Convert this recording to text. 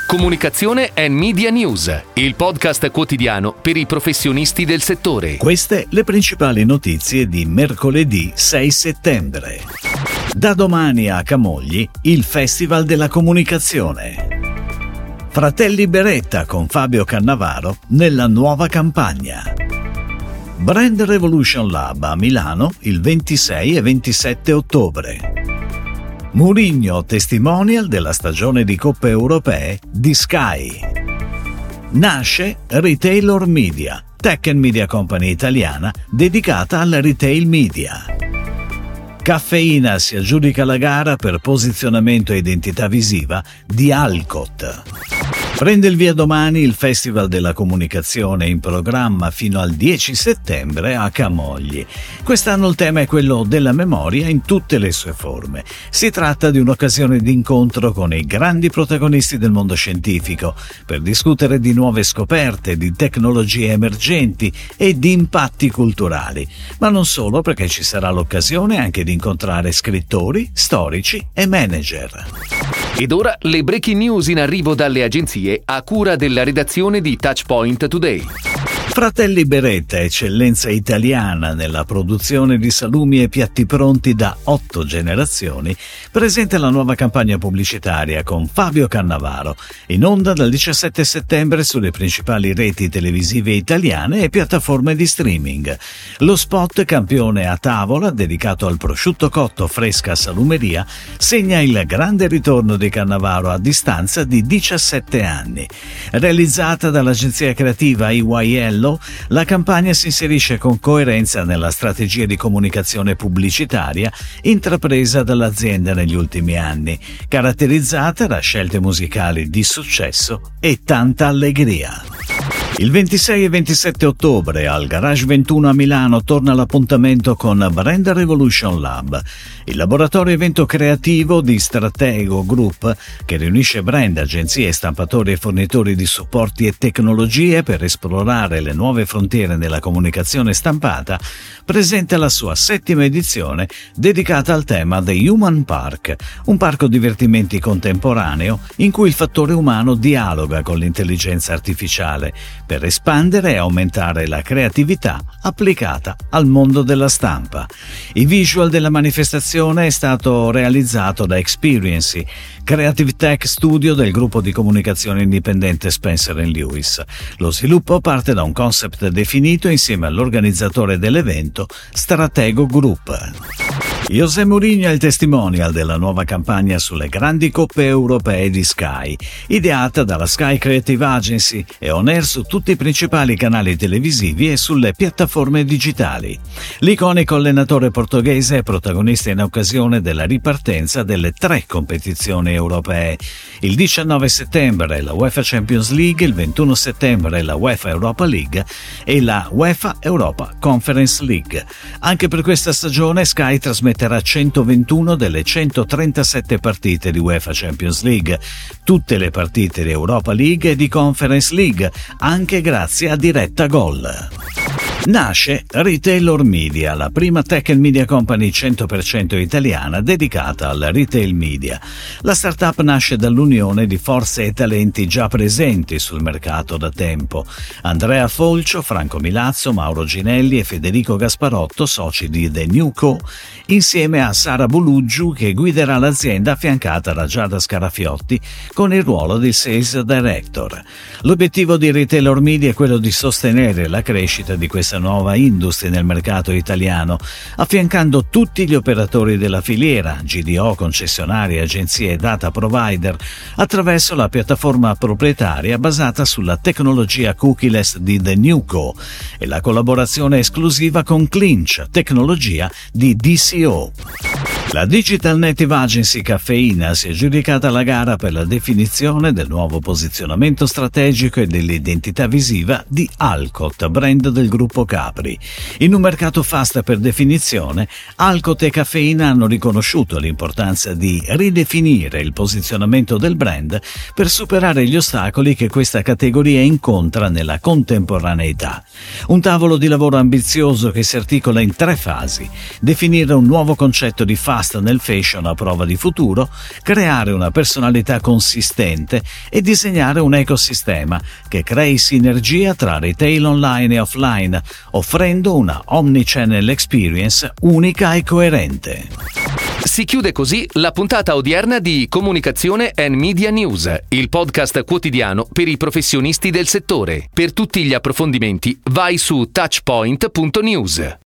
Comunicazione and Media News, il podcast quotidiano per i professionisti del settore. Queste le principali notizie di mercoledì 6 settembre. Da domani a Camogli il Festival della Comunicazione. Fratelli Beretta con Fabio Cannavaro nella nuova campagna. Brand Revolution Lab a Milano il 26 e 27 ottobre. Mourinho testimonial della stagione di Coppe Europee di Sky. Nasce Retailor Media, tech and media company italiana dedicata al retail media. Caffeina si aggiudica la gara per posizionamento e identità visiva di Alcott. Prende il via domani il Festival della Comunicazione, in programma fino al 10 settembre a Camogli. Quest'anno il tema è quello della memoria in tutte le sue forme. Si tratta di un'occasione di incontro con i grandi protagonisti del mondo scientifico per discutere di nuove scoperte, di tecnologie emergenti e di impatti culturali. Ma non solo, perché ci sarà l'occasione anche di incontrare scrittori, storici e manager. Ed ora le breaking news in arrivo dalle agenzie a cura della redazione di Touchpoint Today. Fratelli Beretta, eccellenza italiana nella produzione di salumi e piatti pronti da 8 generazioni, presenta la nuova campagna pubblicitaria con Fabio Cannavaro, in onda dal 17 settembre sulle principali reti televisive italiane e piattaforme di streaming. Lo spot Campione a tavola, dedicato al prosciutto cotto fresca salumeria, segna il grande ritorno di Cannavaro a distanza di 17 anni. Realizzata dall'agenzia creativa EYL, la campagna si inserisce con coerenza nella strategia di comunicazione pubblicitaria intrapresa dall'azienda negli ultimi anni, caratterizzata da scelte musicali di successo e tanta allegria. Il 26 e 27 ottobre al Garage 21 a Milano torna l'appuntamento con Brand Revolution Lab, il laboratorio evento creativo di Stratego Group che riunisce brand, agenzie, stampatori e fornitori di supporti e tecnologie per esplorare le nuove frontiere nella comunicazione stampata. Presenta la sua 7ª edizione dedicata al tema The Human Park, un parco divertimenti contemporaneo in cui il fattore umano dialoga con l'intelligenza artificiale per espandere e aumentare la creatività applicata al mondo della stampa. Il visual della manifestazione è stato realizzato da Experiency, Creative Tech Studio del gruppo di comunicazione indipendente Spencer & Lewis. Lo sviluppo parte da un concept definito insieme all'organizzatore dell'evento, Stratego Group. José Mourinho è il testimonial della nuova campagna sulle grandi coppe europee di Sky, ideata dalla Sky Creative Agency e on air su tutti i principali canali televisivi e sulle piattaforme digitali. L'iconico allenatore portoghese è protagonista in occasione della ripartenza delle 3 competizioni europee. Il 19 settembre la UEFA Champions League, il 21 settembre la UEFA Europa League e la UEFA Europa Conference League. Anche per questa stagione Sky trasmetterà 121 delle 137 partite di UEFA Champions League, tutte le partite di Europa League e di Conference League, anche grazie a Diretta Gol. Nasce Retailor Media, la prima tech and media company 100% italiana dedicata al retail media. La startup nasce dall'unione di forze e talenti già presenti sul mercato da tempo. Andrea Folcio, Franco Milazzo, Mauro Ginelli e Federico Gasparotto, soci di The New Co, insieme a Sara Buluggiu che guiderà l'azienda affiancata da Giada Scarafiotti con il ruolo di Sales Director. L'obiettivo di Retailor Media è quello di sostenere la crescita di questa nuova industria nel mercato italiano, affiancando tutti gli operatori della filiera, GDO, concessionarie, agenzie e data provider, attraverso la piattaforma proprietaria basata sulla tecnologia cookieless di The New Co e la collaborazione esclusiva con Clinch, tecnologia di DCO. La Digital Native Agency Caffeina si è aggiudicata la gara per la definizione del nuovo posizionamento strategico e dell'identità visiva di Alcott, brand del gruppo Gruppo Capri. In un mercato fast per definizione, Alcot e Caffeina hanno riconosciuto l'importanza di ridefinire il posizionamento del brand per superare gli ostacoli che questa categoria incontra nella contemporaneità. Un tavolo di lavoro ambizioso che si articola in 3 fasi: definire un nuovo concetto di fast nel fashion a prova di futuro, creare una personalità consistente e disegnare un ecosistema che crei sinergia tra retail online e offline, offrendo una omnichannel experience unica e coerente. Si chiude così la puntata odierna di Comunicazione and Media News, il podcast quotidiano per i professionisti del settore. Per tutti gli approfondimenti vai su touchpoint.news.